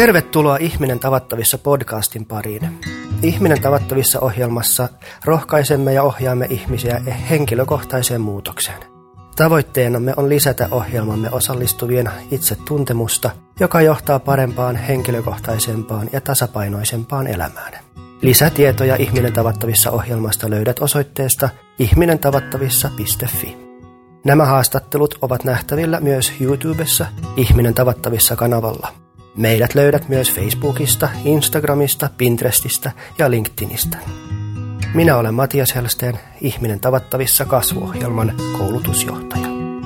Tervetuloa Ihminen tavattavissa podcastin pariin. Ihminen tavattavissa ohjelmassa rohkaisemme ja ohjaamme ihmisiä henkilökohtaiseen muutokseen. Tavoitteenamme on lisätä ohjelmamme osallistuvien itsetuntemusta, joka johtaa parempaan, henkilökohtaisempaan ja tasapainoisempaan elämään. Lisätietoja Ihminen tavattavissa ohjelmasta löydät osoitteesta ihminentavattavissa.fi. Nämä haastattelut ovat nähtävillä myös YouTubessa Ihminen tavattavissa kanavalla. Meidät löydät myös Facebookista, Instagramista, Pinterestistä ja LinkedInistä. Minä olen Matias Helsteen, Ihminen tavattavissa kasvuohjelman koulutusjohtaja.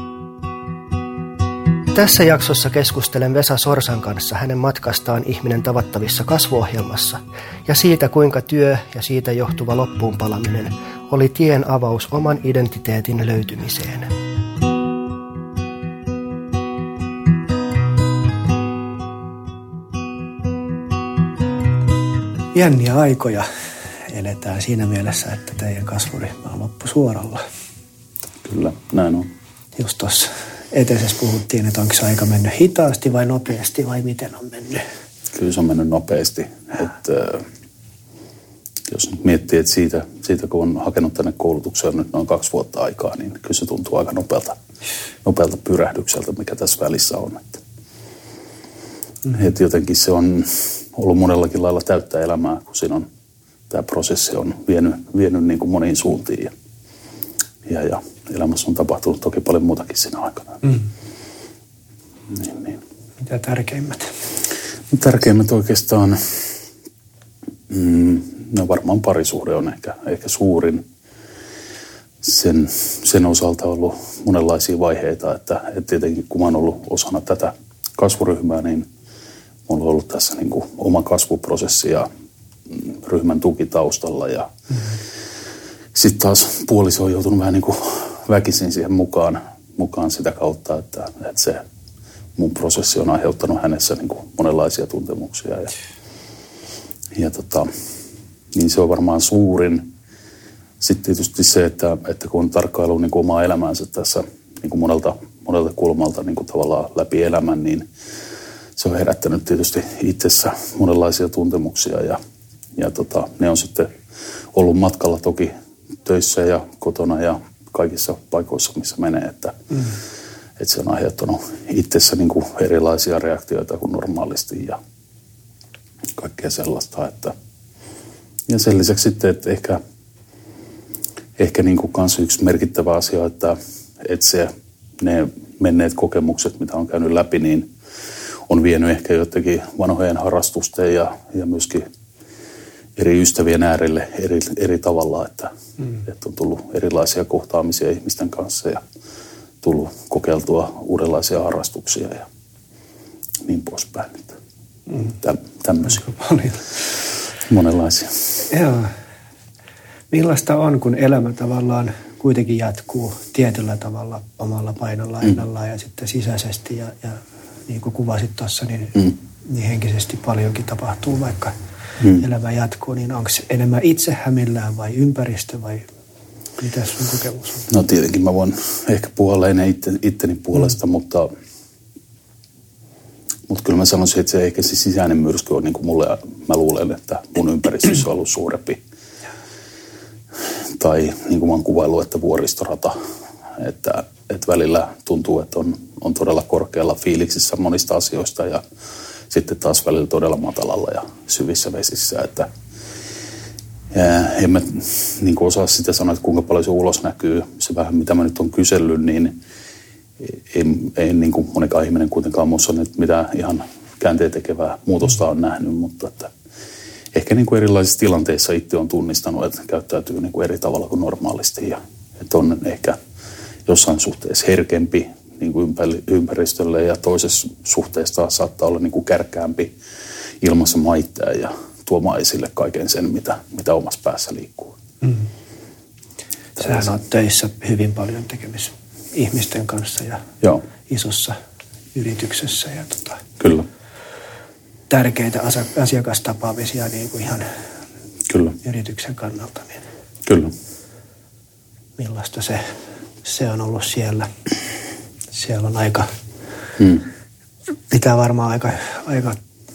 Tässä jaksossa keskustelen Vesa Sorsan kanssa hänen matkastaan Ihminen tavattavissa kasvuohjelmassa ja siitä, kuinka työ ja siitä johtuva loppuunpalaminen oli tien avaus oman identiteetin löytymiseen. Jänniä aikoja eletään siinä mielessä, että teidän kasvuryhmä on loppusuoralla. Kyllä, näin on. Just tuossa eteisessä puhuttiin, että onko se aika mennyt hitaasti vai nopeasti vai miten on mennyt? Kyllä se on mennyt nopeasti. Että, jos nyt miettii, että siitä kun on hakenut tänne koulutukseen nyt noin 2 vuotta aikaa, niin kyllä se tuntuu aika nopealta pyrähdykseltä, mikä tässä välissä on. Että jotenkin se on ollut monellakin lailla täyttä elämää, kun siinä on, tämä prosessi on vienyt niin kuin moniin suuntiin. Ja elämässä on tapahtunut toki paljon muutakin siinä aikana. Niin. Mitä tärkeimmät? Tärkeimmät oikeastaan, no varmaan parisuhde on ehkä suurin. Sen osalta on ollut monenlaisia vaiheita, että tietenkin kun mä oon ollut osana tätä kasvuryhmää, niin mulla on ollut tässä niin kuin oma kasvuprosessi ja ryhmän tuki taustalla. Ja sitten taas puoliso on joutunut vähän niin kuin väkisin siihen mukaan sitä kautta, että se mun prosessi on aiheuttanut hänessä niin kuin monenlaisia tuntemuksia. Niin se on varmaan suurin. Sitten tietysti se, että kun on tarkkailu niin kuin omaa elämäänsä tässä niin kuin monelta kulmalta niin kuin tavallaan läpi elämän, niin se on herättänyt tietysti itsessä monenlaisia tuntemuksia ja ne on sitten ollut matkalla toki töissä ja kotona ja kaikissa paikoissa, missä menee, että se on aiheuttanut itsessä niin kuin erilaisia reaktioita kuin normaalisti ja kaikkea sellaista. Ja sen lisäksi sitten, että ehkä niin kuin kans yksi merkittävä asia, että ne menneet kokemukset, mitä on käynyt läpi, niin on vienyt ehkä jotenkin vanhojen harrastusten ja myöskin eri ystävien äärelle eri tavalla, että on tullut erilaisia kohtaamisia ihmisten kanssa ja tullut kokeiltua uudenlaisia harrastuksia ja niin poispäin. Tämmöisiä. Monenlaisia. Joo. Millaista on, kun elämä tavallaan kuitenkin jatkuu tietyllä tavalla omalla painolla ennallaan ja sitten sisäisesti ja niin kuin kuvasit tuossa, niin henkisesti paljonkin tapahtuu, vaikka elämä jatkuu, niin onko se enemmän itse hämillään vai ympäristö vai mitä sun kokemus on? No tietenkin mä voin ehkä puhua lähinnä itteni puolesta, mutta kyllä mä sanoisin, että se ehkä se sisäinen myrsky on niin kuin mulle, mä luulen, että mun ympäristössä on ollut suurempi. Tai niin kuin mä oon kuvaillut, että vuoristorata, että välillä tuntuu, että on todella korkealla fiiliksissä monista asioista ja sitten taas välillä todella matalalla ja syvissä vesissä. Että en mä niin kuin osaa sitä sanoa, että kuinka paljon se ulos näkyy. Se vähän, mitä mä nyt on kysellyt, niin ei niin kuin monikaan ihminen kuitenkaan muussa nyt mitään ihan käänteentekevää muutosta on nähnyt, mutta että ehkä niin kuin erilaisissa tilanteissa itse on tunnistanut, että käyttäytyy niin kuin eri tavalla kuin normaalisti ja että on ehkä jossain suhteessa herkempi niin kuin ympäristölle ja toisessa suhteessa saattaa olla niin kuin kärkäämpi ilmassa maittaa ja tuomaan esille kaiken sen, mitä omassa päässä liikkuu. Sähän on töissä hyvin paljon tekemisissä ihmisten kanssa ja isossa yrityksessä. Ja Kyllä. Tärkeitä asiakastapaamisia niin kuin ihan Kyllä. yrityksen kannalta. Niin Kyllä. Millaista se on ollut siellä? Siellä on aika, pitää varmaan aika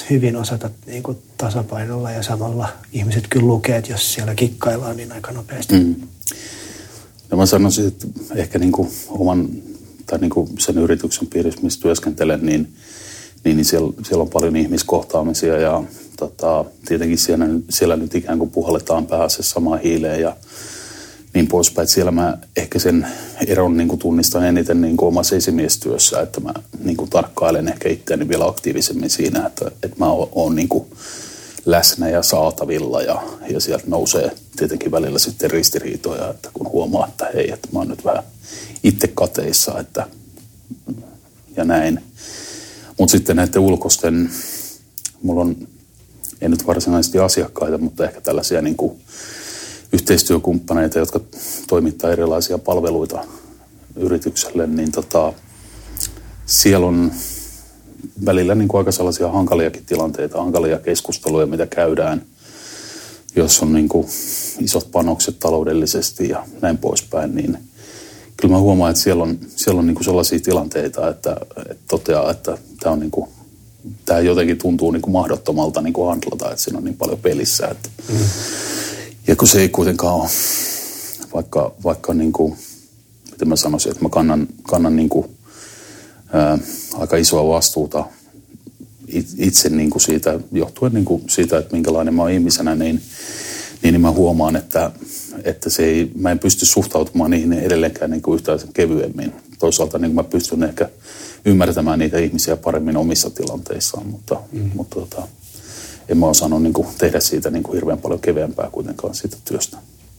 hyvin osata niin kuin tasapainolla ja samalla ihmiset kyllä lukee, että jos siellä kikkaillaan, niin aika nopeasti. No mä sanoisin, että ehkä niin kuin oman tai niin kuin sen yrityksen piirissä, missä työskentelen, niin siellä on paljon ihmiskohtaamisia ja tietenkin siellä nyt ikään kuin puhalletaan päässä samaan hiileen ja niin poispäin. Että siellä mä ehkä sen eron niin kuin tunnistan eniten niin kuin omassa esimiestyössä, että mä niin kuin tarkkailen ehkä itseäni vielä aktiivisemmin siinä, että mä oon niin kuin läsnä ja saatavilla ja sieltä nousee tietenkin välillä sitten ristiriitoja, että kun huomaa, että hei, että mä oon nyt vähän itse kateissa, että ja näin. Mutta sitten näiden ulkoisten, mulla on, ei nyt varsinaisesti asiakkaita, mutta ehkä tällaisia niin kuin yhteistyökumppaneita, jotka toimittaa erilaisia palveluita yritykselle, niin siellä on välillä niin kuin aika sellaisia hankaliakin tilanteita, hankalia keskusteluja, mitä käydään, jos on niin kuin isot panokset taloudellisesti ja näin poispäin, niin kyllä mä huomaan, että siellä on niin kuin sellaisia tilanteita, että toteaa, että tämä on niin kuin, tämä jotenkin tuntuu niin kuin mahdottomalta niin kuin handlata, että siinä on niin paljon pelissä. Että. Ja kun se ei kuitenkaan ole, vaikka niin kuin, miten mä sanoisin, että mä kannan niin kuin, aika isoa vastuuta itse niin kuin siitä, johtuen niin kuin siitä, että minkälainen mä oon ihmisenä, niin mä huomaan, että mä en pysty suhtautumaan niihin edelleenkään niin kuin yhtään kevyemmin. Toisaalta niin kuin mä pystyn ehkä ymmärtämään niitä ihmisiä paremmin omissa tilanteissaan, mutta en mä osannut niin kuin tehdä siitä niin kuin hirveän paljon keveämpää kuitenkaan siitä työstä.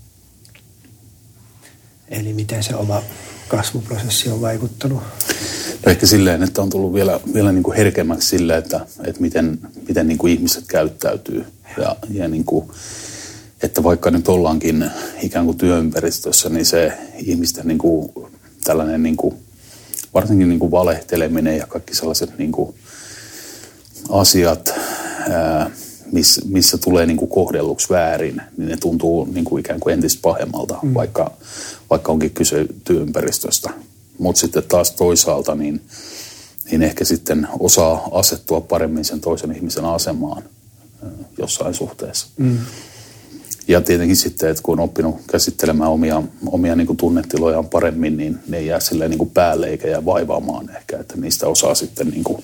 Eli miten se oma kasvuprosessi on vaikuttanut? No ehkä silleen, että on tullut vielä niin kuin herkemmäksi sille, että miten niin kuin ihmiset käyttäytyy ja niin kuin, että vaikka nyt ollaankin ikään kuin työympäristössä, niin se ihmisten niin kuin tällainen niin kuin, varsinkin niin kuin valehteleminen ja kaikki sellaiset niin kuin asiat, missä tulee niin kuin kohdelluksi väärin, niin ne tuntuu niin kuin ikään kuin entistä pahemmalta, vaikka onkin kyse työympäristöstä. Mutta sitten taas toisaalta, niin ehkä sitten osaa asettua paremmin sen toisen ihmisen asemaan jossain suhteessa. Ja tietenkin sitten, että kun on oppinut käsittelemään omia niin kuin tunnetilojaan paremmin, niin ne ei jää silleen niin kuin päälle eikä jää vaivaamaan ehkä, että niistä osaa sitten niin kuin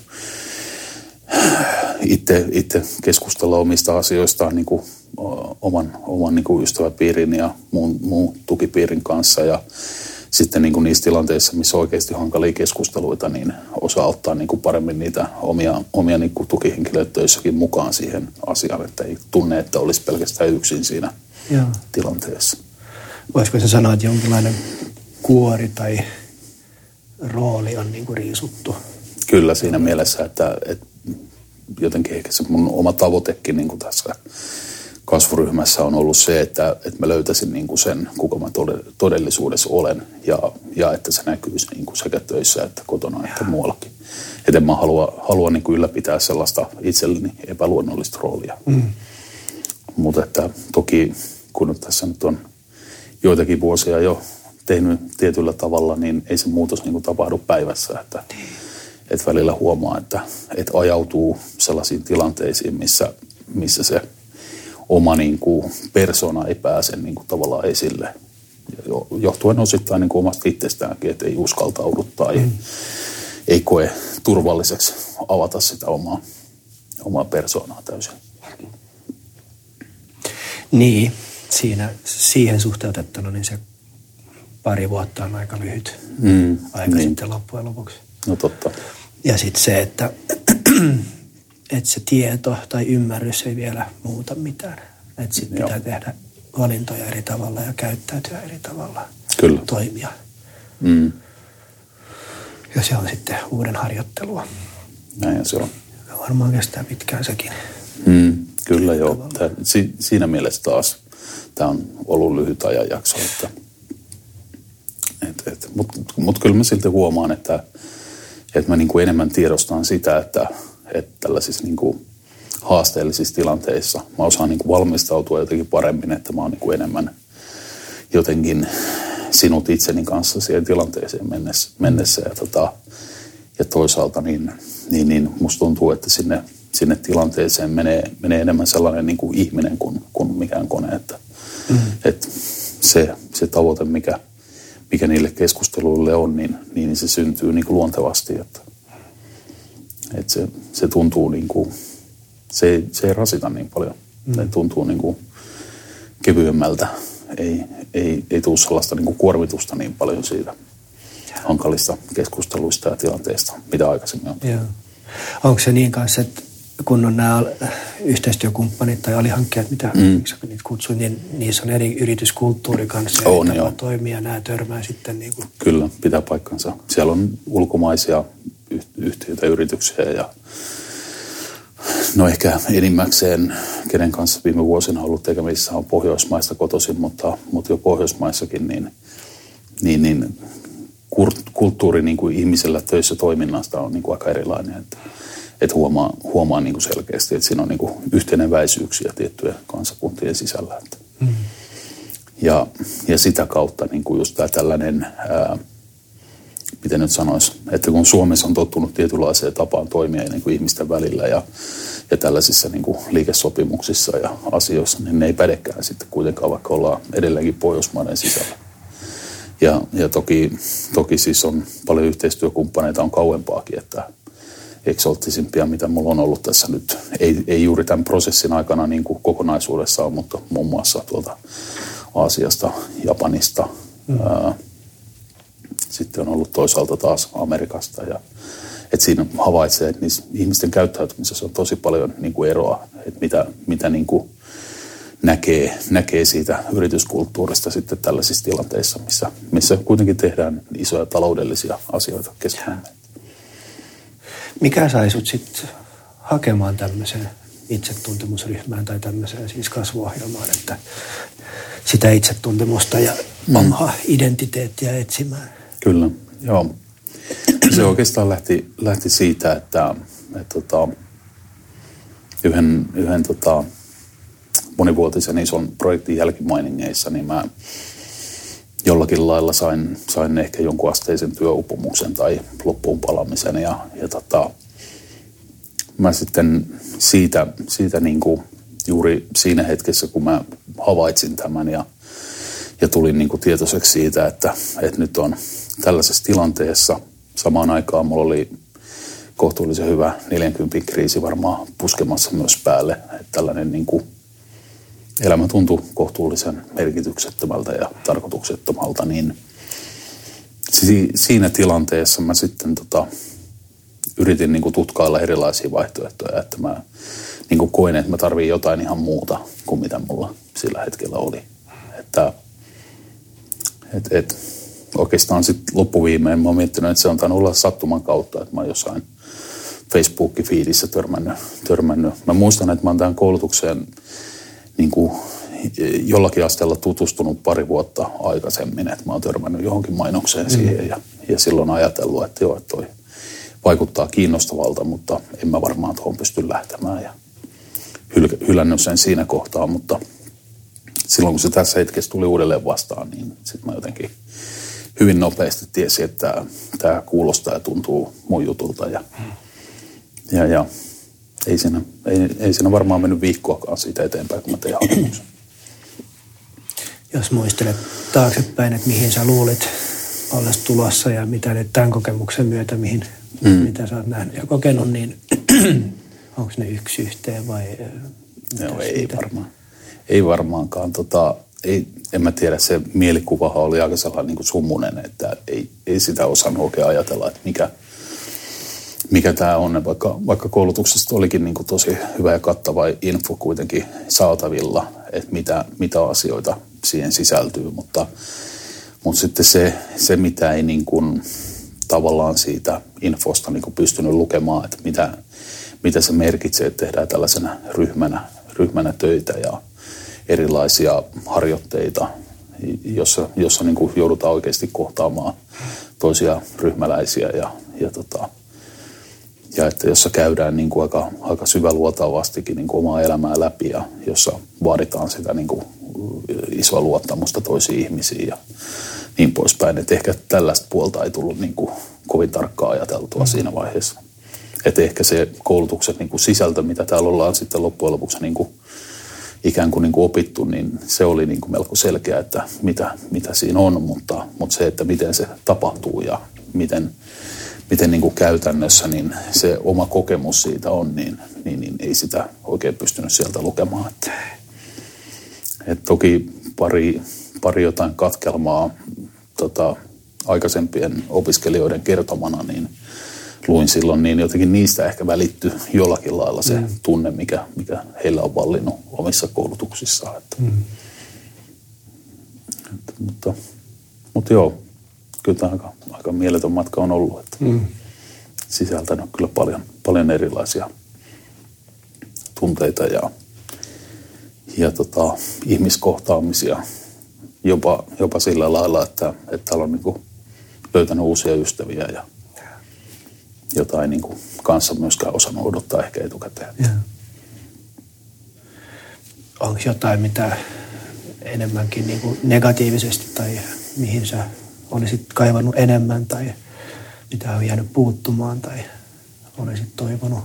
itse keskustella omista asioistaan niin kuin oman niin kuin ystäväpiirin ja muun tukipiirin kanssa ja sitten niin kuin niissä tilanteissa, missä on oikeasti hankalia keskusteluita, niin osaa ottaa niin kuin paremmin niitä omia niin kuin tukihenkilöitä töissäkin mukaan siihen asiaan, että ei tunne, että olisi pelkästään yksin siinä tilanteessa. Voisiko se sanoa, että jonkinlainen kuori tai rooli on niin kuin riisuttu? Kyllä siinä mielessä, että jotenkin ehkä se mun oma tavoitekin niin kuin tässä kasvuryhmässä on ollut se, että mä löytäisin niin kuin sen, kuka mä todellisuudessa olen ja että se näkyy niin kuin sekä töissä että kotona että muuallakin. Että mä haluan niin kuin ylläpitää sellaista itselleni epäluonnollista roolia. Mutta että toki kun tässä nyt on joitakin vuosia jo tehnyt tietyllä tavalla, niin ei se muutos niin kuin tapahdu päivässä. Että välillä huomaa, että ajautuu sellaisiin tilanteisiin, missä se oma niin kuin persona ei pääse niin kuin tavallaan esille. Johtuen osittain niin kuin omasta itsestäänkin, että ei uskaltaudu tai ei koe turvalliseksi avata sitä omaa persoonaa täysin. Niin, siihen suhteutettuna niin se pari vuotta on aika lyhyt aika niin. Sitten loppujen lopuksi. No totta. Ja sitten se, että se tieto tai ymmärrys ei vielä muuta mitään. Että sitten pitää tehdä valintoja eri tavalla ja käyttäytyä eri tavalla. Kyllä. Toimia. Ja se on sitten uuden harjoittelua. Näin se on. Ja varmaan kestää pitkään sekin. Kyllä joo. Siinä mielessä taas tämä on ollut lyhyt ajanjakso. Mutta kyllä mä silti huomaan, että mä niin kuin enemmän tiedostan sitä, että tällaisissa niin kuin haasteellisissa tilanteissa mä osaan niin kuin valmistautua jotenkin paremmin, että mä oon niin kuin enemmän jotenkin sinut itseni kanssa siihen tilanteeseen mennessä. Ja toisaalta niin musta tuntuu, että sinne tilanteeseen menee enemmän sellainen niin kuin ihminen kuin mikään kone. Että se tavoite, mikä niille keskusteluille on, niin se syntyy niin kuin luontevasti. Että se tuntuu niin kuin, se ei rasita niin paljon. Se tuntuu niin kuin kevyemmältä. Ei tule sellaista niin kuin kuormitusta niin paljon siitä hankalista keskusteluista ja tilanteista, mitä aikaisemmin on. Joo. Onko se niin kanssa, että kun on nämä yhteistyökumppanit tai alihankkijat, mitä niitä kutsui, niin niissä on eri yrityskulttuuri kanssa ja tapa toimia, nämä törmää sitten niin kuin... Kyllä, pitää paikkansa. Siellä on ulkomaisia yhtiöitä, yrityksiä ja no ehkä enimmäkseen, kenen kanssa viime vuosina on ollut tekemisissä, on Pohjoismaista kotoisin, mutta jo Pohjoismaissakin, niin kulttuuri niin kuin ihmisellä töissä toiminnasta on niin kuin aika erilainen. Että huomaa niin kuin selkeästi, että siinä on niin kuin yhteneväisyyksiä tiettyjen kansakuntien sisällä. Ja sitä kautta niin kuin just tämä tällainen, miten nyt sanoisi, että kun Suomessa on tottunut tietynlaiseen tapaan toimia niin kuin ihmisten välillä ja tällaisissa niin kuin liikesopimuksissa ja asioissa, niin ne ei pädekään sitten kuitenkaan, vaikka ollaan edelleenkin Pohjoismaiden sisällä. Ja toki siis on paljon yhteistyökumppaneita, on kauempaakin, että eksoottisempia, mitä mulla on ollut tässä nyt. Ei juuri tämän prosessin aikana niin kuin kokonaisuudessaan, mutta muun muassa tuolta Aasiasta, Japanista. Sitten on ollut toisaalta taas Amerikasta. Että siinä havaitsee, että niissä ihmisten käyttäytymisessä on tosi paljon niin kuin eroa, että mitä niin kuin näkee siitä yrityskulttuurista sitten tällaisissa tilanteissa, missä kuitenkin tehdään isoja taloudellisia asioita keskenään. Mikä sai sut sitten hakemaan tämmöiseen itsetuntemusryhmään tai tämmöiseen siis kasvuohjelmaan, että sitä itsetuntemusta ja omaa identiteettiä etsimään? Kyllä, joo. Se oikeastaan lähti siitä, että yhden monivuotisen ison projektin jälkimainingeissa, niin mä jollakin lailla sain ehkä jonkun asteisen työupumuksen tai loppuun palamisen ja mä sitten siitä niin kuin juuri siinä hetkessä, kun mä havaitsin tämän ja tulin niin kuin tietoiseksi siitä, että nyt on tällaisessa tilanteessa. Samaan aikaan mulla oli kohtuullisen hyvä 40 kriisi varmaan puskemassa myös päälle. Että tällainen niin kuin elämä tuntui kohtuullisen merkityksettömältä ja tarkoituksettomalta, niin siinä tilanteessa mä sitten yritin niin kuin tutkailla erilaisia vaihtoehtoja, että mä niin kuin koin, että mä tarvitsin jotain ihan muuta kuin mitä mulla sillä hetkellä oli. Että oikeastaan sitten loppuviimeen mä oon miettinyt, että se on tainnut olla sattuman kautta, että mä oon jossain Facebook-fiidissä törmännyt. Mä muistan, että mä oon tähän koulutukseen niin kuin jollakin asteella tutustunut pari vuotta aikaisemmin, että mä oon törmännyt johonkin mainokseen siihen ja silloin ajatellut, että joo, että toi vaikuttaa kiinnostavalta, mutta en mä varmaan tuohon pysty lähtemään ja hylännyt sen siinä kohtaa, mutta silloin kun se tässä hetkessä tuli uudelleen vastaan, niin sitten mä jotenkin hyvin nopeasti tiesin, että tämä kuulostaa ja tuntuu mun jutulta ja ei siinä varmaan mennyt viikkoakaan siitä eteenpäin, kun mä tein hakemuksen. Jos muistelet taaksepäin, että mihin sä luulit ollesi tulossa ja mitä nyt tämän kokemuksen myötä, mitä sä oot nähnyt ja kokenut, niin onko ne yksi yhteen vai? Joo, ei varmaankaan. En mä tiedä, se mielikuvahan oli aika sellainen niin kuin summunen, että ei sitä osannut oikein ajatella, että mikä tämä on, vaikka koulutuksesta olikin niin kuin tosi hyvä ja kattava info kuitenkin saatavilla, että mitä asioita siihen sisältyy, mutta sitten se mitä ei niin kuin tavallaan siitä infosta niin kuin pystynyt lukemaan, että mitä se merkitsee, että tehdään tällaisena ryhmänä töitä ja erilaisia harjoitteita, jossa niin kuin joudutaan oikeasti kohtaamaan toisia ryhmäläisiä ja että jossa käydään niin kuin aika syväluotaavastikin niin kuin omaa elämää läpi ja jossa vaaditaan sitä niin kuin isoa luottamusta toisiin ihmisiin ja niin poispäin. Että ehkä tällaista puolta ei tullut niin kuin kovin tarkkaan ajateltua siinä vaiheessa. Että ehkä se koulutuksen niin kuin sisältö, mitä täällä ollaan sitten loppujen lopuksi niin kuin ikään kuin, opittu, niin se oli niin kuin melko selkeä, että mitä siinä on, mutta se, että miten se tapahtuu ja miten niin kuin käytännössä niin se oma kokemus siitä on, niin ei sitä oikein pystynyt sieltä lukemaan. Et toki pari jotain katkelmaa aikaisempien opiskelijoiden kertomana, niin luin silloin, niin jotenkin niistä ehkä välittyi jollakin lailla se tunne, mikä heillä on vallinnut omissa koulutuksissaan. Mutta joo, kyllä tämä aika mieletön matka on ollut. Sisältänyt kyllä paljon erilaisia tunteita ja ihmiskohtaamisia. Jopa sillä lailla, että täällä on niinku löytänyt uusia ystäviä ja jota ei niinku kanssa myöskään osannut odottaa ehkä etukäteen. Onko jotain, mitä enemmänkin niinku negatiivisesti tai mihin sä olisit kaivannut enemmän tai mitä on jäänyt puuttumaan tai olisit toivonut?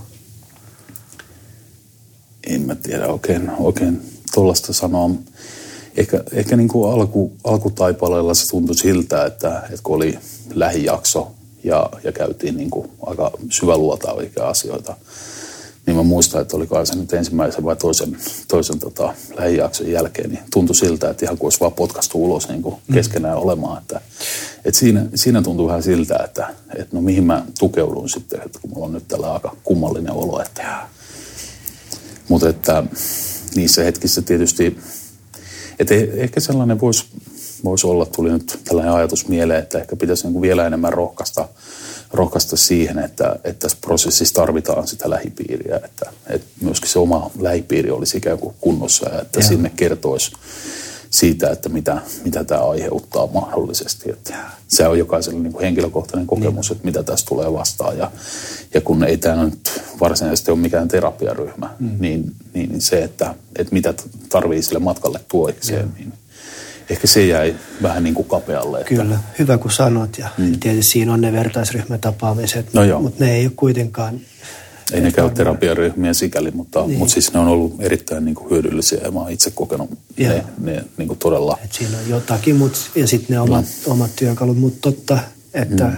En mä tiedä oikein tuollaista sanoa. Ehkä niin kuin alkutaipaleella se tuntui siltä, että kun oli lähijakso ja käytiin niin kuin aika syväluotaavia asioita, niin mä muistan, että olikohan se nyt ensimmäisen vai toisen lähijakson jälkeen, niin tuntui siltä, että ihan kuin olisi vaan potkastu ulos niin kuin keskenään olemaan. Että siinä tuntui vähän siltä, että no mihin mä tukeudun sitten, että kun mulla on nyt tällä aika kummallinen olo. Mutta että niissä hetkissä tietysti, että ehkä sellainen voisi olla, tuli nyt tällainen ajatus mieleen, että ehkä pitäisi niin kuin vielä enemmän rohkaista siihen, että tässä prosessissa tarvitaan sitä lähipiiriä, että myöskin se oma lähipiiri olisi ikään kuin kunnossa ja että sinne kertoisi siitä, että mitä tämä aiheuttaa mahdollisesti. Että se on jokaiselle niin kuin henkilökohtainen kokemus, että mitä tässä tulee vastaan. Ja kun ei tämä nyt varsinaisesti ole mikään terapiaryhmä, niin se, että mitä tarvii sille matkalle tuokseen, niin ehkä se jäi vähän niin kuin kapealle. Kyllä, hyvä kun sanot. Ja tietysti siinä on ne vertaisryhmätapaamiset, mutta ne ei ole kuitenkaan... Ei ne käy terapiaryhmiä sikäli, mutta siis ne on ollut erittäin niin kuin hyödyllisiä ja mä oon itse kokenut ne niin kuin todella. Et siinä on jotakin, ja sitten ne omat työkalut, mutta totta, että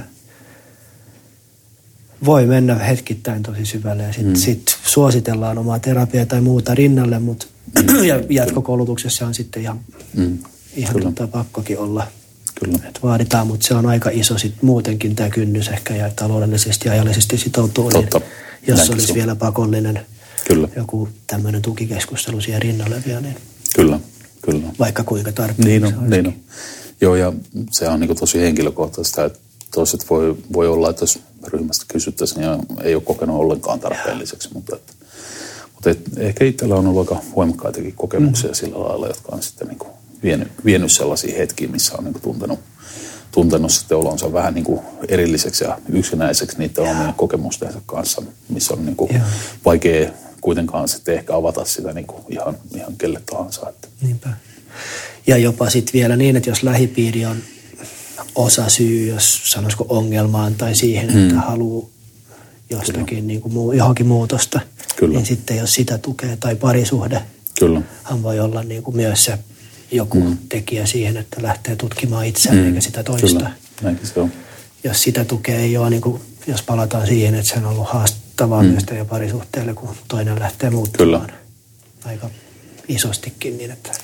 voi mennä hetkittäin tosi syvälle ja sitten suositellaan omaa terapiaa tai muuta rinnalle, mutta ja jatkokoulutuksessa on sitten ihan pakkokin olla. Kyllä. Että vaaditaan, mutta se on aika iso sitten muutenkin tämä kynnys ehkä ja taloudellisesti ja ajallisesti sitoutuu. Totta. Niin jos olisi vielä pakollinen joku tämmöinen tukikeskustelu siihen rinnalle vielä, niin Kyllä. Vaikka kuinka tarpeellista niin on. Joo, ja se on niin tosi henkilökohtaista, että toiset voi olla, että jos ryhmästä kysyttäisiin, niin ei ole kokenut ollenkaan tarpeelliseksi, mutta ehkä itsellä on ollut aika voimakkaitakin kokemuksia sillä lailla, jotka on sitten niin kuin vienyt sellaisia hetkiä, missä on niin kuin tuntenut sitten olonsa vähän niin kuin erilliseksi ja yksinäiseksi niiden omien kokemustensa kanssa, missä on niin kuin vaikea kuitenkaan sitten ehkä avata sitä niin kuin ihan kelle tahansa. Niinpä. Ja jopa sitten vielä niin, että jos lähipiiri on osa syy, jos sanoisiko ongelmaan tai siihen, että haluaa jostakin niin kuin johonkin muutosta, niin sitten jos sitä tukee tai parisuhde, hän voi olla niin kuin myös se joku tekijä siihen, että lähtee tutkimaan itseään eikä sitä toista. Kyllä, näinkin se on. Jos sitä tukea ei ole, niin kuin, jos palataan siihen, että se on ollut haastavaa myös ja parisuhteelle, kun toinen lähtee muuttumaan aika isostikin, niin että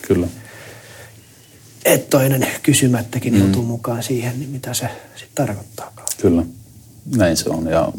toinen kysymättäkin joutuu mukaan siihen, niin mitä se sitten tarkoittaakaan. Kyllä, näin se on. Ja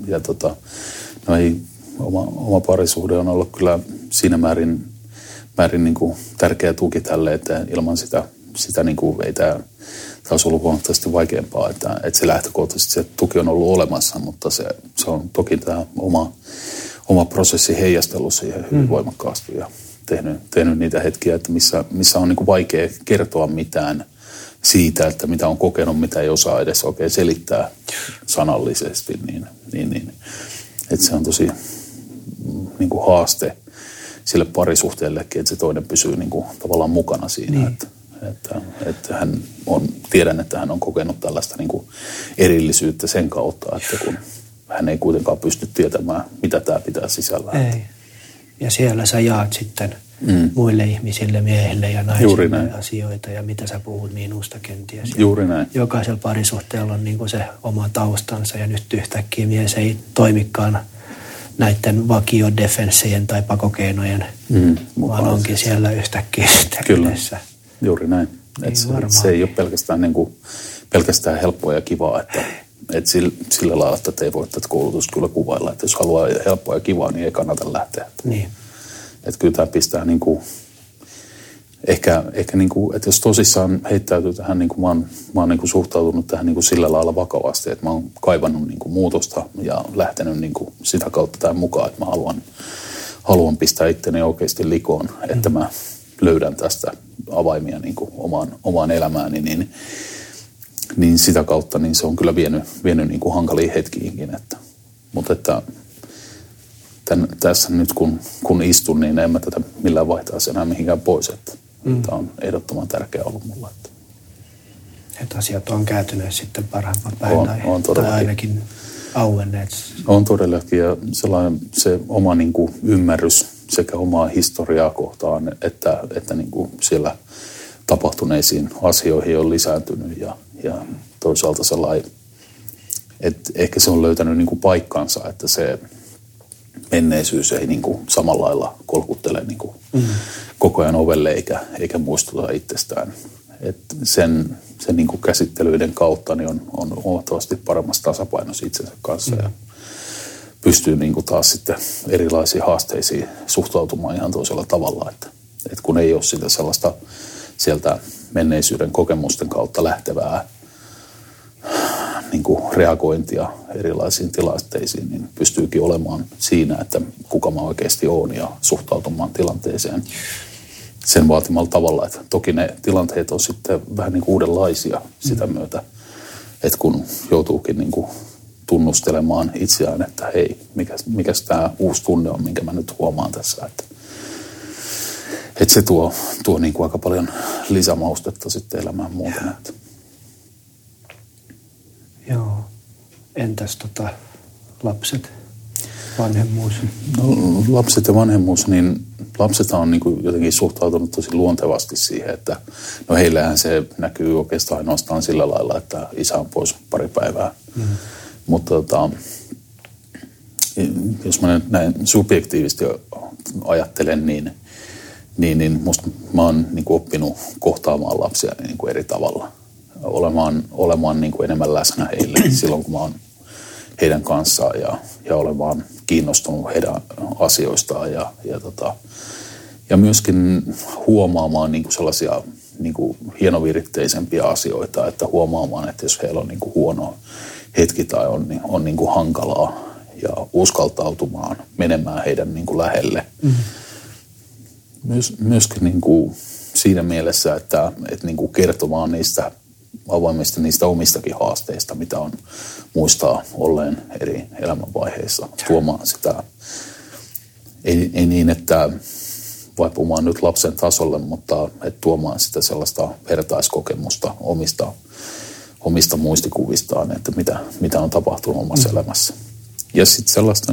oma parisuhde on ollut kyllä siinä määrin niin kuin tärkeä tuki tälle, että ilman sitä niin kuin ei tämä olisi ollut huomattavasti vaikeampaa, että se lähtökohtaisesti se tuki on ollut olemassa, mutta se on toki tämä oma prosessi heijastellut siihen hyvin voimakkaasti ja tehnyt niitä hetkiä, että missä on niin kuin vaikea kertoa mitään siitä, että mitä on kokenut, mitä ei osaa edes oikein selittää sanallisesti, niin että se on tosi niin kuin haaste sille parisuhteellekin, että se toinen pysyy niin kuin tavallaan mukana siinä, että tiedän, että hän on kokenut tällaista niin kuin erillisyyttä sen kautta, että kun hän ei kuitenkaan pysty tietämään, mitä tämä pitää sisällään. Ei. Ja siellä sä jaat sitten muille ihmisille, miehille ja naisille asioita ja mitä sä puhut minusta kenties. Juuri näin. Jokaisella parisuhteella on niin kuin se oma taustansa ja nyt yhtäkkiä mies ei toimikaan näiden vakiodefenssien tai pakokeinojen, vaan onkin siellä yhtäkkiä sitten edessä. Juuri näin. Se ei ole pelkästään helppoa ja kivaa, että sillä lailla, että ei voi tätä koulutusta kyllä kuvailla. Että jos haluaa helppoa ja kivaa, niin ei kannata lähteä. Niin. Että kyllä tämä pistää ehkä että jos tosissaan heittäytyy tähän, mä oon suhtautunut tähän sillä lailla vakavasti, että mä oon kaivannut muutosta ja lähtenyt sitä kautta tähän mukaan, että mä haluan pistää itteni oikeasti likoon, että mä löydän tästä avaimia omaan elämääni, niin sitä kautta niin se on kyllä vienyt hankaliin hetkiinkin. Mutta että tässä nyt kun istun, niin en mä tätä millään vaihtaisi enää mihinkään pois. Tämä on ehdottoman tärkeä ollut mulle. Että asiat on kääntyneet sitten parhaimman päin tai ainakin auenneet. On todellakin ja se oma ymmärrys sekä omaa historiaa kohtaan, että siellä tapahtuneisiin asioihin on lisääntynyt ja toisaalta sellainen, että ehkä se on löytänyt paikkansa, että se menneisyys ei samalla lailla kolkuttele koko ajan ovelle eikä muistuta itsestään. että sen käsittelyiden kautta niin on huomattavasti paremmassa tasapainossa itsensä kanssa ja pystyy taas sitten erilaisiin haasteisiin suhtautumaan ihan toisella tavalla. Että kun ei ole sitä sellaista sieltä menneisyyden kokemusten kautta lähtevää reagointia erilaisiin tilanteisiin, niin pystyykin olemaan siinä, että kuka mä oikeasti oon ja suhtautumaan tilanteeseen sen vaatimalla tavalla. Että toki ne tilanteet on sitten vähän uudenlaisia sitä myötä, että kun joutuukin tunnustelemaan itseään, että hei, mikäs tämä uusi tunne on, minkä mä nyt huomaan tässä. Että se tuo aika paljon lisämaustetta sitten elämään muuten. Joo. Entäs lapset, vanhemmuus? No, lapset ja vanhemmuus, niin lapsethan on jotenkin suhtautunut tosi luontevasti siihen, että no heillähän se näkyy oikeastaan ainoastaan sillä lailla, että isä on pois pari päivää. Mutta jos mä nyt näin subjektiivisesti ajattelen, niin musta mä oon oppinut kohtaamaan lapsia eri tavalla. Olemaan enemmän läsnä heille silloin, kun mä oon heidän kanssaan ja olemaan kiinnostunut heidän asioistaan ja myöskin huomaamaan sellaisia hienoviritteisempiä asioita, että huomaamaan, että jos heillä on huono hetki tai on hankalaa ja uskaltautumaan menemään heidän lähelle. Myöskin siinä mielessä, että kertomaan niistä avoimesti niistä omistakin haasteista, mitä on muistaa olleen eri elämänvaiheissa. Tuomaan sitä, ei niin, että vaipumaan nyt lapsen tasolle, mutta että tuomaan sitä sellaista vertaiskokemusta omista muistikuvistaan, että mitä on tapahtunut omassa elämässä. Ja sitten sellaista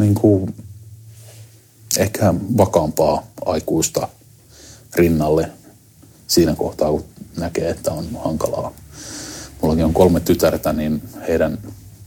ehkä vakaampaa aikuista rinnalle siinä kohtaa, kun näkee, että on hankalaa. Mullakin on 3 tytärtä, niin heidän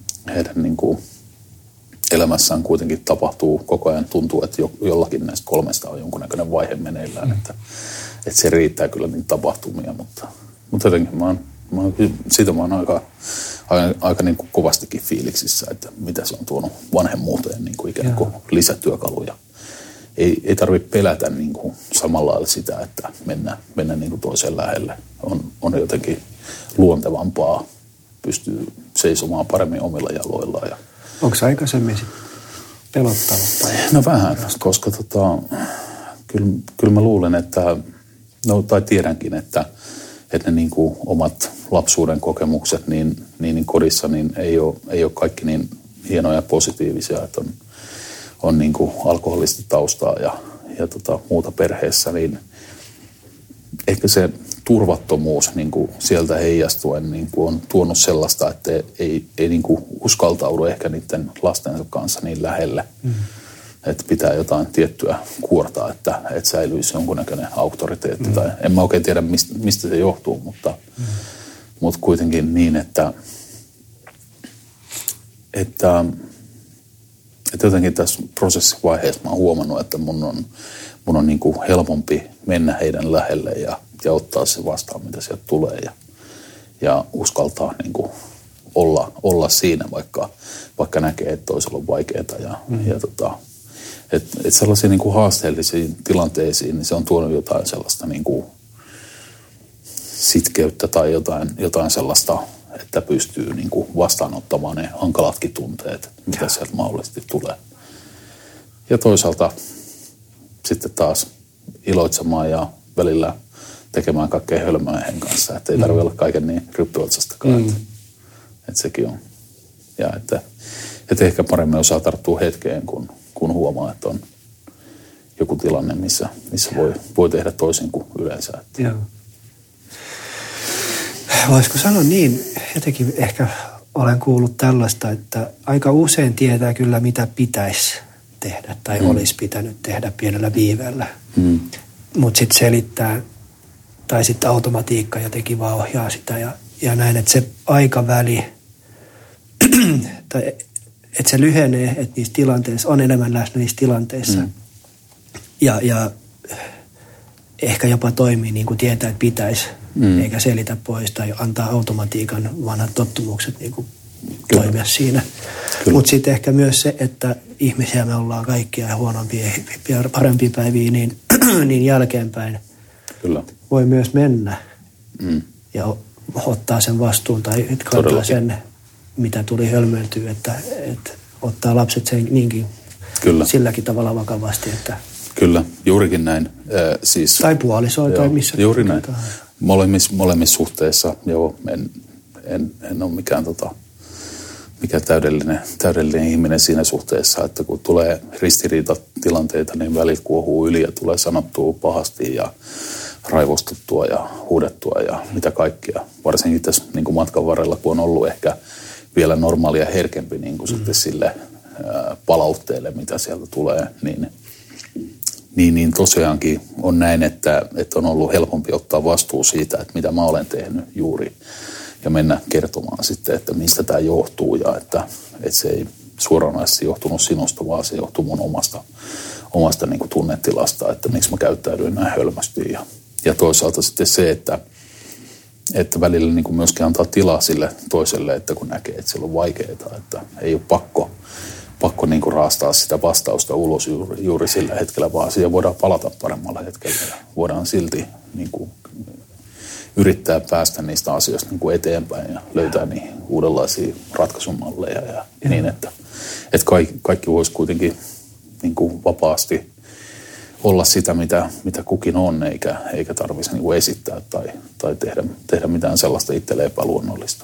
elämässään kuitenkin tapahtuu koko ajan. Tuntuu, että jollakin näistä 3 on jonkunnäköinen vaihe meneillään. Että se riittää kyllä niitä tapahtumia, mutta jotenkin siitä mä oon aika kovastikin fiiliksissä, että mitä se on tuonut vanhemmuuteen ikään kuin lisätyökaluja. Ei tarvitse pelätä samalla lailla sitä, että mennä toiseen lähelle. On jotenkin luontevampaa, pystyy seisomaan paremmin omilla jaloillaan. Onko se aikaisemmin pelottanut? No vähän, koska kyllä mä luulen, että, tai tiedänkin, että ne omat lapsuuden kokemukset niin kodissa niin ei ole kaikki niin hienoja ja positiivisia, että on alkoholista taustaa ja muuta perheessä, niin ehkä se turvattomuus niin kuin sieltä heijastuen niin kuin on tuonut sellaista, että ei niin kuin uskaltaudu ehkä niiden lastensa kanssa niin lähelle. Että pitää jotain tiettyä kuortaa, että säilyisi jonkunnäköinen auktoriteetti. Tai en mä oikein tiedä, mistä se johtuu, mutta kuitenkin niin, että jotenkin tässä prosessivaiheessa mä oon huomannut, että mun on niin kuin helpompi mennä heidän lähelle ja ottaa se vastaan, mitä sieltä tulee ja uskaltaa niin kuin olla siinä, vaikka näkee, että toisella on vaikeaa. Että sellaisiin niin kuin haasteellisiin tilanteisiin, niin se on tuonut jotain sellaista niin kuin sitkeyttä tai jotain sellaista, että pystyy niin kuin vastaanottamaan ne hankalatkin tunteet, mitä sieltä mahdollisesti tulee. Ja toisaalta sitten taas iloitsemaan ja välillä tekemään kaikkea hölmöä heidän kanssa, että ei tarvitse olla kaiken niin ryppyotsastakaan, että sekin on. Ja että ehkä paremmin osaa tarttua hetkeen, kun huomaa, että on joku tilanne, missä voi tehdä toisin kuin yleensä. Joo. Voisiko sanoa niin, jotenkin ehkä olen kuullut tällaista, että aika usein tietää kyllä, mitä pitäisi tehdä tai olisi pitänyt tehdä pienellä viiveellä. Mutta sitten selittää tai sitten automatiikka jotenkin vaan ohjaa sitä ja näin, että se aikaväli tai että se lyhenee, että niissä tilanteissa on enemmän läsnä niissä tilanteissa ja ehkä jopa toimii niin kuin tietää, että pitäisi, eikä selitä pois tai antaa automatiikan vanhat tottumukset niin kuin toimia siinä. Mutta sitten ehkä myös se, että ihmisiä me ollaan kaikkia ja huonompia ja parempia päiviä, niin jälkeenpäin voi myös mennä ja ottaa sen vastuun tai kantaa sen, mitä tuli hölmöiltyä, että ottaa lapset sen niinkin silläkin tavalla vakavasti, että kyllä, juurikin näin. Siis, tai puolisoa tai missä. Juuri näin. Molemmissa suhteissa, joo, en ole mikään täydellinen ihminen siinä suhteessa, että kun tulee ristiriitatilanteita, niin välit kuohuu yli ja tulee sanottua pahasti ja raivostuttua ja huudettua ja mitä kaikkia. Varsinkin tässä niin kuin matkan varrella, kun on ollut ehkä vielä normaalia herkempi niin kuin sitten sille palautteelle, mitä sieltä tulee, niin tosiaankin on näin, että on ollut helpompi ottaa vastuu siitä, että mitä mä olen tehnyt juuri ja mennä kertomaan sitten, että mistä tämä johtuu ja että se ei suoranaisesti johtunut sinusta, vaan se johtuu mun omasta niin kuin tunnetilasta, että miksi mä käyttäydyin näin hölmästi. Ja toisaalta sitten se, että välillä niin kuin myöskin antaa tilaa sille toiselle, että kun näkee, että siellä on vaikeaa, että ei ole pakko niin kuin raastaa sitä vastausta ulos juuri sillä hetkellä, vaan siihen voidaan palata paremmalla hetkellä ja voidaan silti niin kuin yrittää päästä niistä asioista niin kuin eteenpäin ja löytää niihin uudenlaisia ratkaisumalleja ja niin, että kaikki voisi kuitenkin niin kuin vapaasti olla sitä, mitä kukin on, eikä tarvitsisi niin kuin esittää tai tehdä mitään sellaista itselleen epäluonnollista.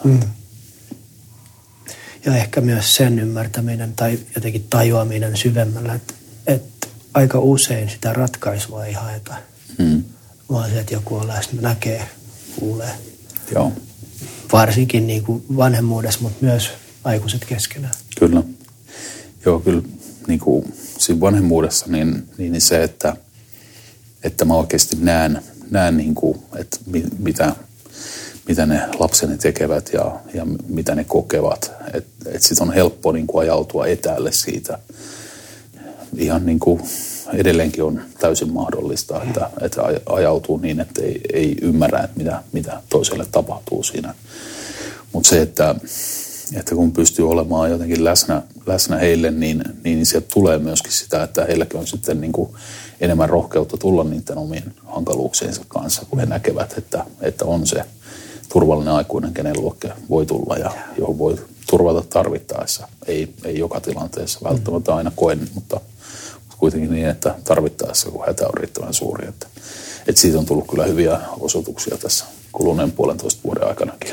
Ja ehkä myös sen ymmärtäminen tai jotenkin tajuaminen syvemmällä, että aika usein sitä ratkaisua ei haeta, vaan se, että joku on läsnä, näkee, kuulee. Joo. Varsinkin niin kuin vanhemmuudessa, mutta myös aikuiset keskenään. Kyllä. Joo, kyllä niin kuin siinä vanhemmuudessa niin se, että mä oikeasti näen niin kuin, että mitä ne lapseni tekevät ja mitä ne kokevat. Että sit on helppo niin kuin ajautua etäälle siitä. Ihan niin kuin edelleenkin on täysin mahdollista, että ajautuu niin, että ei ymmärrä, että mitä toiselle tapahtuu siinä. Mutta se, että kun pystyy olemaan jotenkin läsnä heille, niin sieltä tulee myöskin sitä, että heilläkin on sitten niin kuin enemmän rohkeutta tulla niiden omien hankaluuksiensa kanssa, kun he näkevät, että on se turvallinen aikuinen, kenen luokke voi tulla ja johon voi turvata tarvittaessa. Ei joka tilanteessa välttämättä aina koen, mutta kuitenkin niin, että tarvittaessa, kun hätä on riittävän suuri. Että siitä on tullut kyllä hyviä osoituksia tässä kuluneen 1,5 vuoden aikanakin.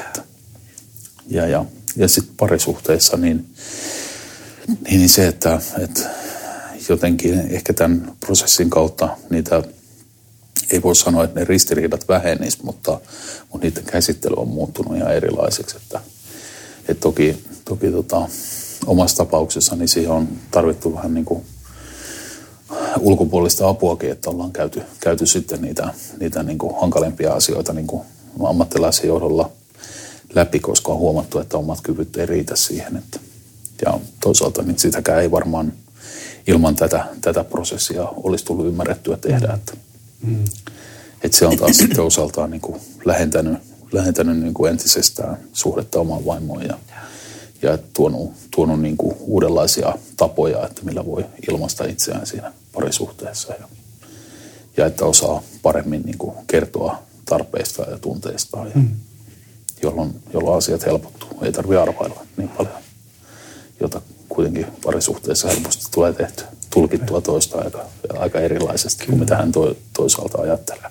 Ja sitten parisuhteissa niin se, että jotenkin ehkä tämän prosessin kautta niitä ei voi sanoa, että ne ristiriidat vähenisivät, mutta niiden käsittely on muuttunut ihan erilaiseksi. Että toki omassa tapauksessani siihen on tarvittu vähän niin kuin ulkopuolista apuakin, että ollaan käyty sitten niitä niin kuin hankalimpia asioita niin kuin ammattilaisen johdolla läpi, koska on huomattu, että omat kyvyt ei riitä siihen. Ja toisaalta niin sitäkään ei varmaan ilman tätä prosessia olisi tullut ymmärrettyä tehdä. Että se on taas sitten osaltaan niin kuin lähentänyt niin kuin entisestään suhdetta omaan vaimoon ja tuonut niin kuin uudenlaisia tapoja, että millä voi ilmaista itseään siinä parisuhteessa ja että osaa paremmin niin kuin kertoa tarpeista ja tunteistaan, jolloin asiat helpottuu. Ei tarvitse arvailla niin paljon, jota kuitenkin parisuhteessa helposti tulee tehty, tulkittua toista aika erilaisesti kuin mitä hän toisaalta ajattelee.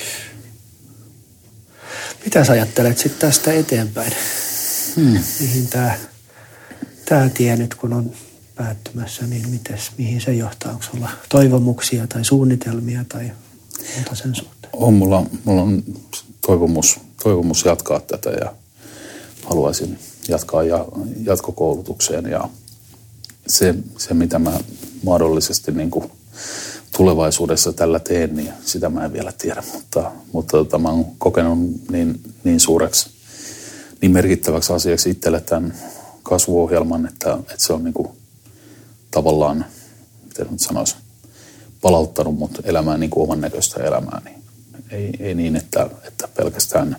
Mitä sä ajattelet sitten tästä eteenpäin? Mihin tämä tie nyt, kun on päättymässä, niin mihin se johtaa? Onko sulla toivomuksia tai suunnitelmia tai muuta sen suhteen? Mulla on toivomus jatkaa tätä ja haluaisin jatkaa jatkokoulutukseen ja se mitä mä mahdollisesti niin kuin tulevaisuudessa tällä teen, niin sitä mä en vielä tiedä, mutta mä oon kokenut niin suureksi, niin merkittäväksi asiaksi itselle tämän kasvuohjelman, että se on niin kuin tavallaan, miten nyt sanoisin, palauttanut mut elämään niin kuin oman näköistä elämää. Niin ei niin, että pelkästään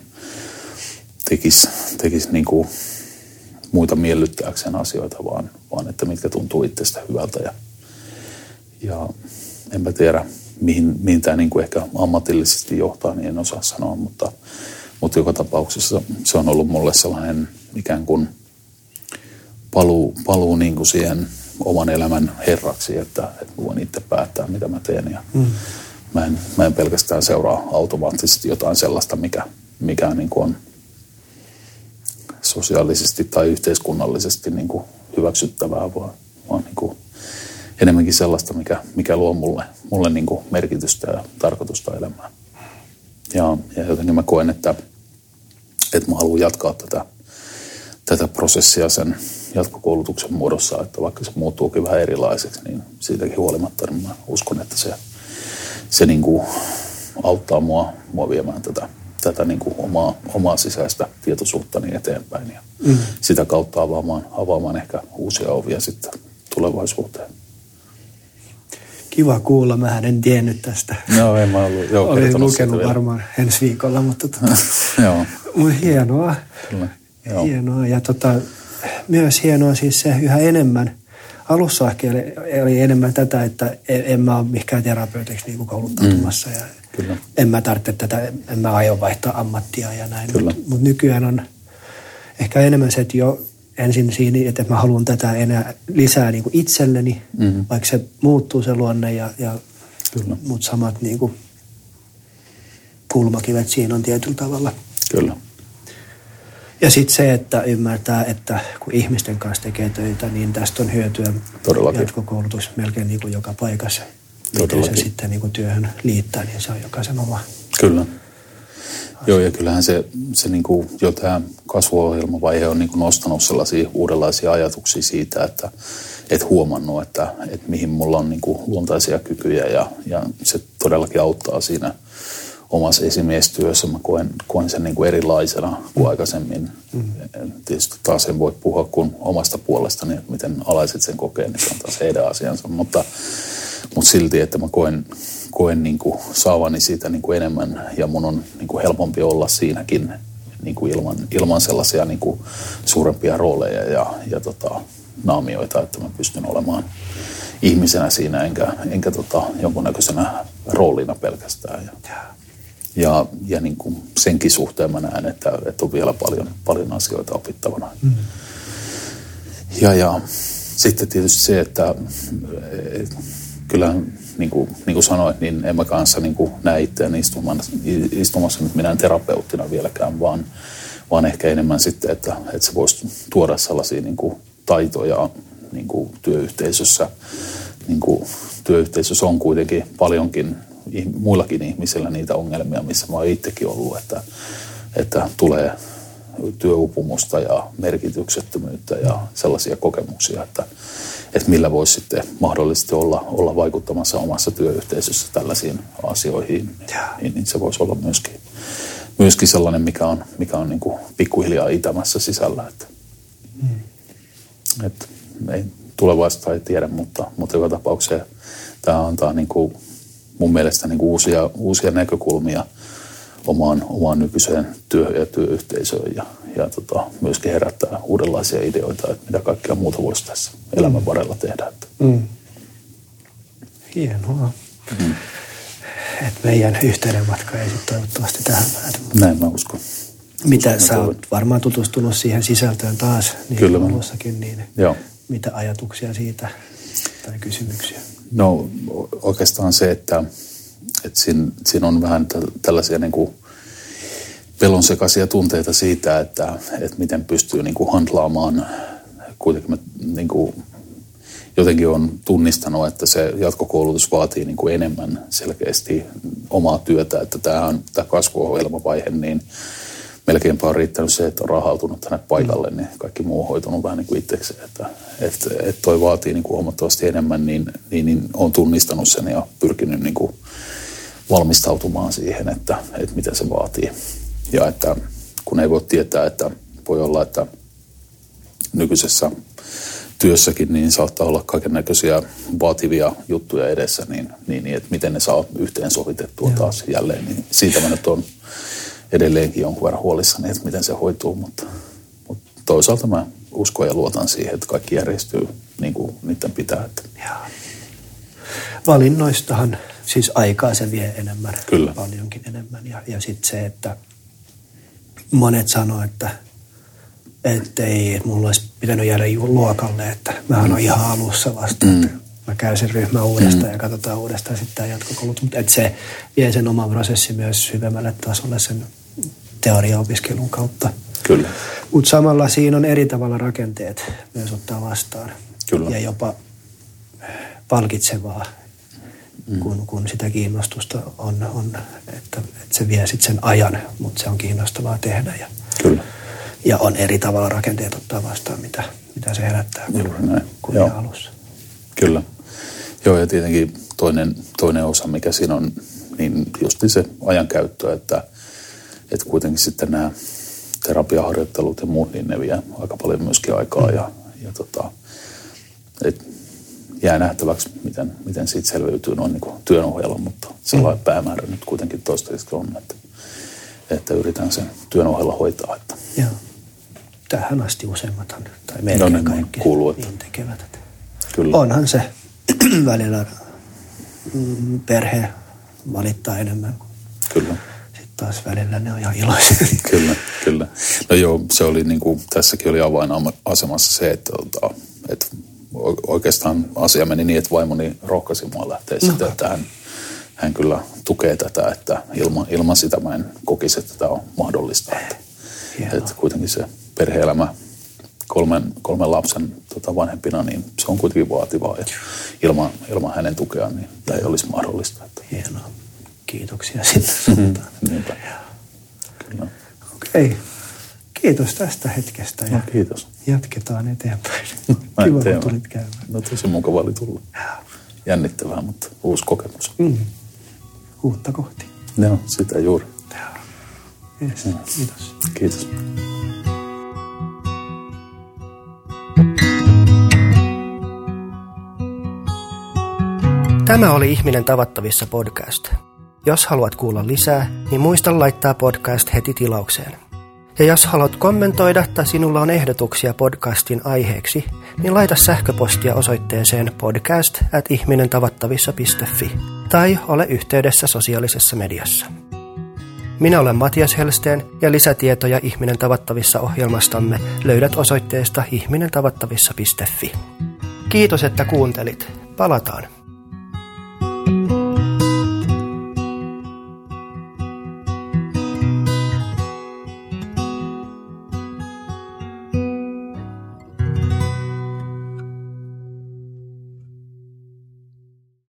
tekisi niin kuin muita miellyttääkseen asioita, vaan että mitkä tuntuu itsestä hyvältä. Ja enpä tiedä, mihin tämä niin kuin ehkä ammatillisesti johtaa, niin en osaa sanoa, mutta joka tapauksessa se on ollut mulle sellainen ikään kuin paluu niin kuin siihen oman elämän herraksi, että voin itse päättää, mitä mä teen. Ja mä en pelkästään seuraa automaattisesti jotain sellaista, mikä niin kuin on sosiaalisesti tai yhteiskunnallisesti niin kuin hyväksyttävää, vaan niin kuin enemmänkin sellaista, mikä luo mulle niin kuin merkitystä ja tarkoitusta elämään. Ja jotenkin mä koen, että mä haluan jatkaa tätä prosessia sen jatkokoulutuksen muodossa, että vaikka se muuttuukin vähän erilaiseksi, niin siitäkin huolimatta niin mä uskon, että se niin kuin auttaa mua viemään tätä niin kuin omaa sisäistä tietoisuuttani eteenpäin ja sitä kautta avaamaan ehkä uusia ovia sitten tulevaisuuteen. Kiva kuulla, mä en tiennyt tästä. No, en mä ollut olin lukenut varmaan ensi viikolla, mutta hienoa. Kyllä. Hienoa ja myös hienoa siis se yhä enemmän. Alussa ehkä oli enemmän tätä, että en mä ole mikään terapeutiksi niin kouluttautumassa ja Kyllä. En mä tarvitse tätä, en mä aio vaihtaa ammattia ja näin. Mutta nykyään on ehkä enemmän se, että jo ensin siinä, että mä haluan tätä enää lisää niin kuin itselleni, vaikka se muuttuu se luonne mutta samat niin kuin kulmakivet siinä on tietyllä tavalla. Kyllä. Ja sitten se, että ymmärtää, että kun ihmisten kanssa tekee töitä, niin tästä on hyötyä jatkokoulutus melkein niin kuin joka paikassa. Miten se sitten niin kuin työhön liittää, niin se on jokaisen oma. Kyllä. Joo, ja kyllähän se niin kuin jo tämä kasvuohjelmavaihe on niin kuin nostanut sellaisia uudenlaisia ajatuksia siitä, että huomannut, että mihin mulla on niin kuin luontaisia kykyjä ja se todellakin auttaa siinä omassa esimiestyössä. Mä koen sen niin kuin erilaisena kuin aikaisemmin. Tietysti taas en voi puhua kuin omasta puolestani, että miten alaiset sen kokee, niin se on taas heidän asiansa, mutta silti, että mä koen niin kuin saavani siitä niin kuin enemmän ja mun on niin kuin helpompi olla siinäkin niin kuin ilman sellaisia niin kuin suurempia rooleja ja naamioita, että mä pystyn olemaan ihmisenä siinä enkä jonkunnäköisenä roolina pelkästään. Ja niin kuin senkin suhteen mä näen, että on vielä paljon asioita opittavana. Ja sitten tietysti se, että kyllä niin kuin sanoit, niin en mä kanssa niin kuin näe itseäni istumassa nyt minään terapeuttina vieläkään, vaan ehkä enemmän sitten, että se voisi tuoda sellaisia niin kuin taitoja niin kuin työyhteisössä. Niin kuin työyhteisössä on kuitenkin paljonkin muillakin ihmisillä niitä ongelmia, missä mä oon itsekin ollut, että tulee työupumusta ja merkityksettömyyttä ja sellaisia kokemuksia, että millä voisi sitten mahdollisesti olla vaikuttamassa omassa työyhteisössä tällaisiin asioihin, niin se voisi olla myöskin sellainen, mikä on niin kuin pikkuhiljaa itämässä sisällä. Että ei tulevaisuutta ei tiedä, mutta joka tapauksessa tämä antaa niin kuin mun mielestä niin kuin uusia näkökulmia omaan nykyiseen työhön ja työyhteisöön ja myöskin herättää uudenlaisia ideoita, että mitä kaikkea muuta voisi tässä elämän varrella tehdä. Hienoa. Että meidän yhteinen matka ei sitten toivottavasti tähän päädy. Näin mä uskon. Mitä sä oot varmaan tutustunut siihen sisältöön taas niin alussakin, niin mitä ajatuksia siitä tai kysymyksiä? No oikeastaan se, että siinä on vähän tällaisia niin kuin pelonsekaisia tunteita siitä, että miten pystyy niin kuin handlaamaan. Kuitenkin mä niin kuin jotenkin on tunnistanut, että se jatkokoulutus vaatii niin kuin enemmän selkeästi omaa työtä, että tämä kasvuohjelmavaihe, niin melkeinpä on riittänyt se, että on rahautunut tänne paikalle, niin kaikki muu on hoitunut vähän niin kuin itsekseen. Että toi vaatii niin kuin huomattavasti enemmän, niin on tunnistanut sen ja pyrkinyt niin kuin valmistautumaan siihen, että mitä se vaatii. Ja että kun ei voi tietää, että voi olla, että nykyisessä työssäkin niin saattaa olla kaikennäköisiä vaativia juttuja edessä, niin että miten ne saa yhteensovitettua taas jälleen. Niin siitä mä nyt on edelleenkin jonkun verran huolissani, että miten se hoituu, mutta toisaalta mä uskon ja luotan siihen, että kaikki järjestyy niin kuin niiden pitää. Valinnoistahan siis aikaa se vie enemmän, Kyllä. Paljonkin enemmän. Ja sitten se, että monet sanoo, että ei mulla olisi pitänyt jäädä luokalle, että mähän on ihan alussa vasta. Mä käyn sen ryhmän uudestaan ja katsotaan uudestaan sitten tämä jatkokoulutus. Mutta se vie sen oman prosessin myös syvemmälle tasolle sen teoriaopiskelun kautta. Kyllä. Mutta samalla siinä on eri tavalla rakenteet myös ottaa vastaan. Kyllä. Ja jopa palkitsevaa, kun sitä kiinnostusta on että se vie sitten sen ajan, mutta se on kiinnostavaa tehdä. Kyllä. Ja on eri tavalla rakenteet ottaa vastaan, mitä se herättää kuin alussa. Kyllä. Joo, ja tietenkin toinen osa, mikä siinä on, niin justi se ajankäyttö, että kuitenkin sitten nämä terapiaharjoittelut ja muut, niin ne vie aika paljon myöskin aikaa et jää nähtäväksi, miten siitä selviytyy noin niin kuin työn ohella, mutta sellainen päämäärä nyt kuitenkin toistaiseksi on, että yritän sen työn ohella hoitaa. Joo. Tähän asti useimmathan, tai melkein kaikki niin tekevät. Kyllä. Onhan se välillä perhe valittaa enemmän. Kyllä. Sitten taas välillä ne on ihan iloisia. Kyllä. No joo, se oli niin kuin, tässäkin oli avainasemassa se, että oikeastaan asia meni niin, että vaimoni rohkaisi mua lähteä sitä, että hän kyllä tukee tätä, että ilman sitä mä en kokisi, että tämä on mahdollista. Että kuitenkin se perhe-elämä kolmen lapsen vanhempina, niin se on kuitenkin vaativaa. Ja ilman hänen tukeaan, niin tämä ei olisi mahdollista. Hienoa. Kiitoksia sinne suuntaan. Niinpä. Kyllä. Okei. Kiitos tästä hetkestä. Ja kiitos. Jatketaan eteenpäin. Kiva, kun tulit käymään. No tosi mukava oli tulla. Jännittävää, mutta uusi kokemus. Uutta kohti. Joo, sitä juuri. Yes. Kiitos. Kiitos. Tämä oli Ihminen tavattavissa podcast. Jos haluat kuulla lisää, niin muista laittaa podcast heti tilaukseen. Ja jos haluat kommentoida tai sinulla on ehdotuksia podcastin aiheeksi, niin laita sähköpostia osoitteeseen podcast@ihminentavattavissa.fi tai ole yhteydessä sosiaalisessa mediassa. Minä olen Matias Hellsten ja lisätietoja Ihminen tavattavissa -ohjelmastamme löydät osoitteesta ihminentavattavissa.fi. Kiitos, että kuuntelit. Palataan.